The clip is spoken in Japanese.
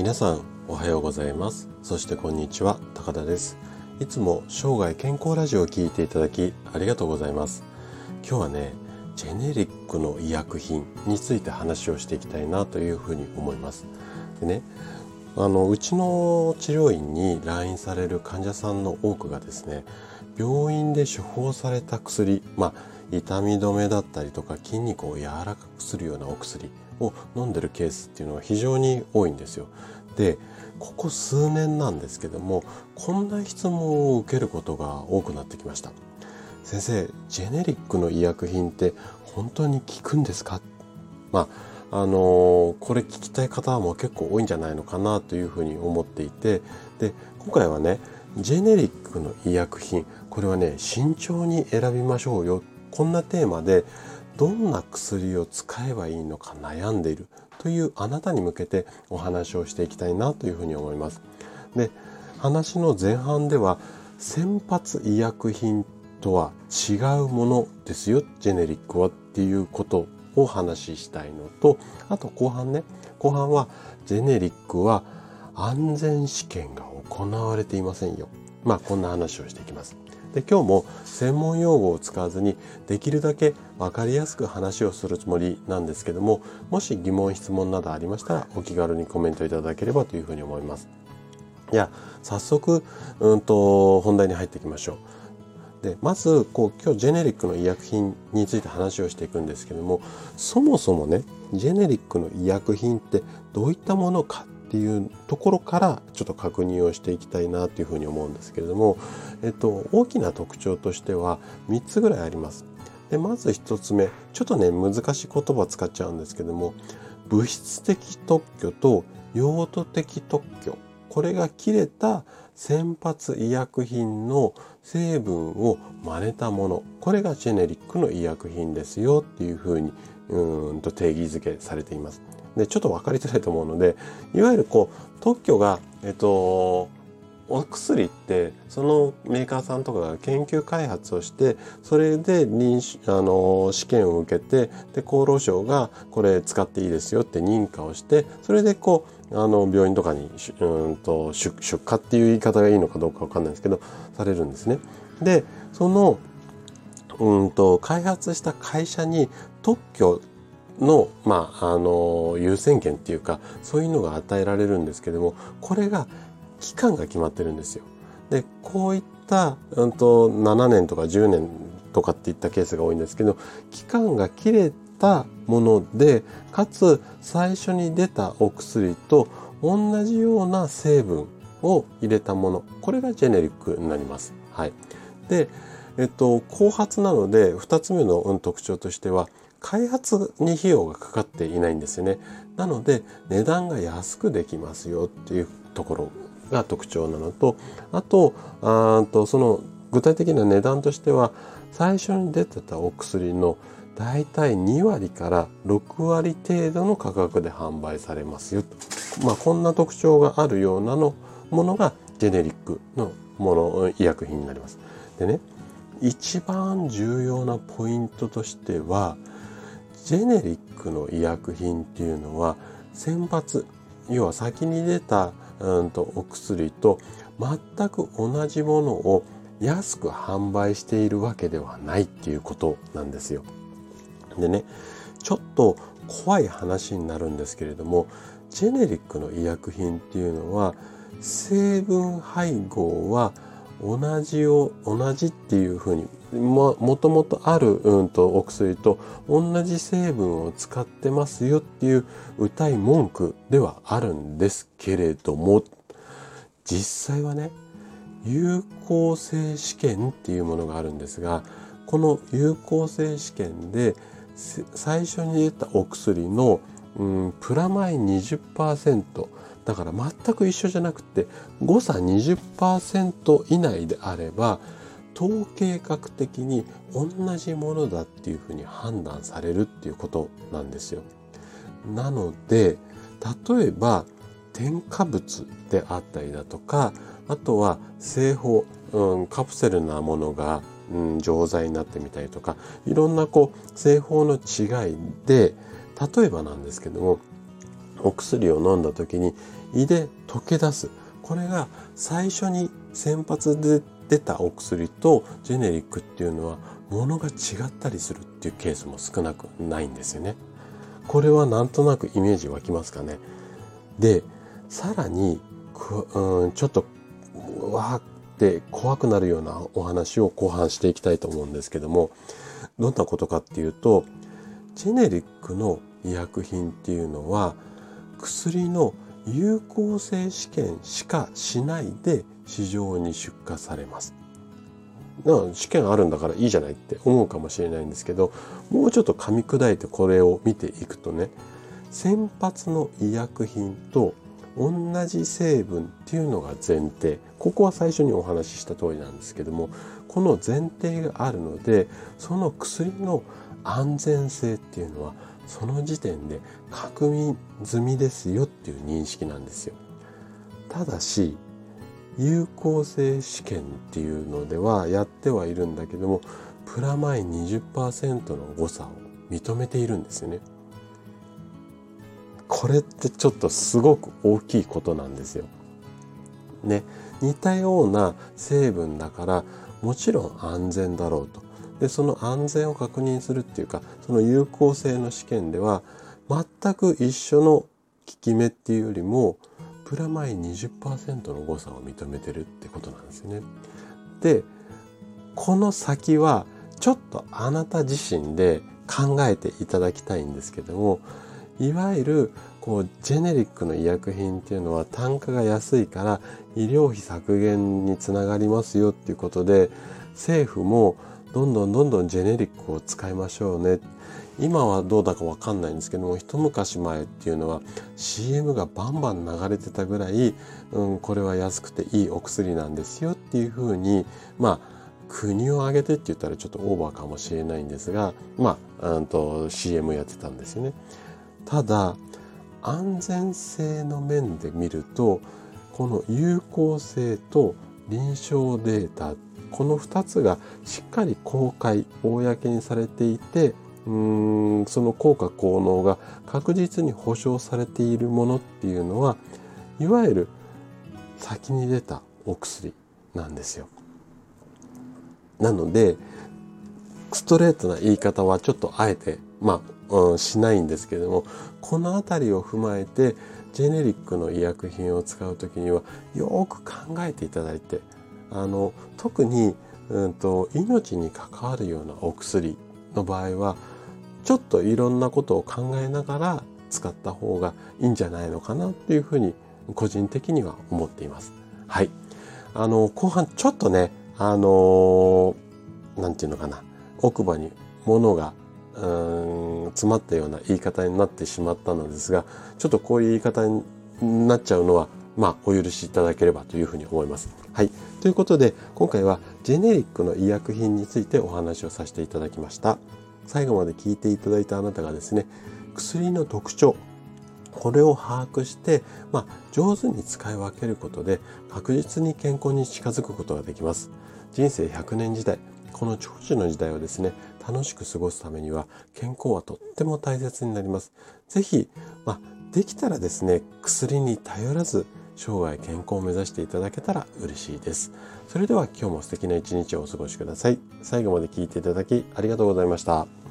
皆さんおはようございます。そしてこんにちは、高田です。いつも生涯健康ラジオを聞いていただきありがとうございます。今日はね、ジェネリックの医薬品について話をしていきたいなというふうに思います。でね、うちの治療院に来院される患者さんの多くがですね、病院で処方された薬、痛み止めだったりとか筋肉を柔らかくするようなお薬を飲んでるケースっていうのは非常に多いんですよ。で、ここ数年なんですけども、こんな質問を受けることが多くなってきました。先生、ジェネリックの医薬品って本当に効くんですか？これ聞きたい方も結構多いんじゃないのかなというふうに思っていて、で、今回はね、ジェネリックの医薬品、これはね、慎重に選びましょうよ。こんなテーマで、どんな薬を使えばいいのか悩んでいるというあなたに向けてお話をしていきたいなというふうに思います。で、話の前半では、先発医薬品とは違うものですよ、ジェネリックはっていうことを話したいのと、あと後半はジェネリックは安全試験が行われていませんよ。こんな話をしていきます。で、今日も専門用語を使わずにできるだけ分かりやすく話をするつもりなんですけども、もし疑問質問などありましたらお気軽にコメントいただければというふうに思います。早速本題に入っていきましょう。で、まず今日ジェネリックの医薬品について話をしていくんですけども、そもそもね、ジェネリックの医薬品ってどういったものかっていうところからちょっと確認をしていきたいなというふうに思うんですけれども、大きな特徴としては3つぐらいあります。で、まず1つ目、ちょっとね、難しい言葉を使っちゃうんですけども、物質的特許と用途的特許、これが切れた先発医薬品の成分を真似たもの、これがジェネリックの医薬品ですよっていうふうに定義づけされています。で、ちょっと分かりづらいと思うので、いわゆる特許がお薬ってそのメーカーさんとかが研究開発をして、それで試験を受けて、で厚労省がこれ使っていいですよって認可をして、それで病院とかに出荷っていう言い方がいいのかどうかわかんないですけど、されるんですね。で、その開発した会社に特許の優先権っていうか、そういうのが与えられるんですけども、これが期間が決まってるんですよ。で、こういった7年とか10年とかっていったケースが多いんですけど、期間が切れたもので、かつ最初に出たお薬と同じような成分を入れたもの、これがジェネリックになります。はい。で、後発なので2つ目の特徴としては、開発に費用がかかっていないんですよね。なので値段が安くできますよっていうところが特徴なのと、あとその具体的な値段としては、最初に出てたお薬のだいたい2割から6割程度の価格で販売されますよ。こんな特徴があるようなものがジェネリックの医薬品になります。でね、一番重要なポイントとしては、ジェネリックの医薬品っていうのは先発、要は先に出たお薬と全く同じものを安く販売しているわけではないっていうことなんですよ。でね、ちょっと怖い話になるんですけれども、ジェネリックの医薬品っていうのは成分配合は同じっていうふうにもともとあるお薬と同じ成分を使ってますよっていう謳い文句ではあるんですけれども、実際はね、有効性試験っていうものがあるんですが、この有効性試験で最初に出たお薬のプラマイ 20%、 だから全く一緒じゃなくて誤差 20% 以内であれば統計学的に同じものだっていうふうに判断されるっていうことなんですよ。なので、例えば添加物であったりだとか、あとは製法、カプセルなものが、錠剤になってみたりとか、いろんな製法の違いで、例えばなんですけども、 お薬を飲んだ時に胃で溶け出す。これが最初に先発で出たお薬とジェネリックっていうのはものが違ったりするっていうケースも少なくないんですよね。これはなんとなくイメージ湧きますかね。で、さらにちょっとわーって怖くなるようなお話を後半していきたいと思うんですけども、どんなことかっていうと、ジェネリックの医薬品っていうのは薬の有効性試験しかしないで市場に出荷されます。試験あるんだからいいじゃないって思うかもしれないんですけど、もうちょっと噛み砕いてこれを見ていくとね、先発の医薬品と同じ成分っていうのが前提。ここは最初にお話しした通りなんですけども、この前提があるので、その薬の安全性っていうのはその時点で確認済みですよっていう認識なんですよ。ただし有効性試験っていうのではやってはいるんだけども、プラマイ 20% の誤差を認めているんですよね。これってちょっとすごく大きいことなんですよ。ね、似たような成分だからもちろん安全だろうと。で、その安全を確認するっていうか、その有効性の試験では全く一緒の効き目っていうよりもプラマイ 20% の誤差を認めてるってことなんですよね。で、この先はちょっとあなた自身で考えていただきたいんですけども、いわゆるジェネリックの医薬品っていうのは単価が安いから医療費削減につながりますよっていうことで、政府もどんどんジェネリックを使いましょうね。今はどうだかわかんないんですけども、一昔前っていうのは CM がバンバン流れてたぐらい、これは安くていいお薬なんですよっていうふうに、国を挙げてって言ったらちょっとオーバーかもしれないんですが、CM やってたんですよね。ただ安全性の面で見ると、この有効性と臨床データ、この2つがしっかり公開公にされていて、その効果効能が確実に保証されているものっていうのは、いわゆる先に出たお薬なんですよ。なのでストレートな言い方はちょっとあえてしないんですけれども、このあたりを踏まえてジェネリックの医薬品を使うときにはよく考えていただいて、特に命に関わるようなお薬の場合はちょっといろんなことを考えながら使った方がいいんじゃないのかなっていうふうに個人的には思っています。はい。後半ちょっとね、なんていうのかな、奥歯に物が詰まったような言い方になってしまったのですが、ちょっとこういう言い方になっちゃうのはお許しいただければというふうに思います。はい。ということで今回はジェネリックの医薬品についてお話をさせていただきました。最後まで聞いていただいたあなたがですね、薬の特徴、これを把握して、上手に使い分けることで確実に健康に近づくことができます。人生100年時代、この長寿の時代をですね、楽しく過ごすためには健康はとっても大切になります。ぜひ、できたらですね、薬に頼らず生涯健康を目指していただけたら嬉しいです。それでは今日も素敵な一日をお過ごしください。最後まで聞いていただきありがとうございました。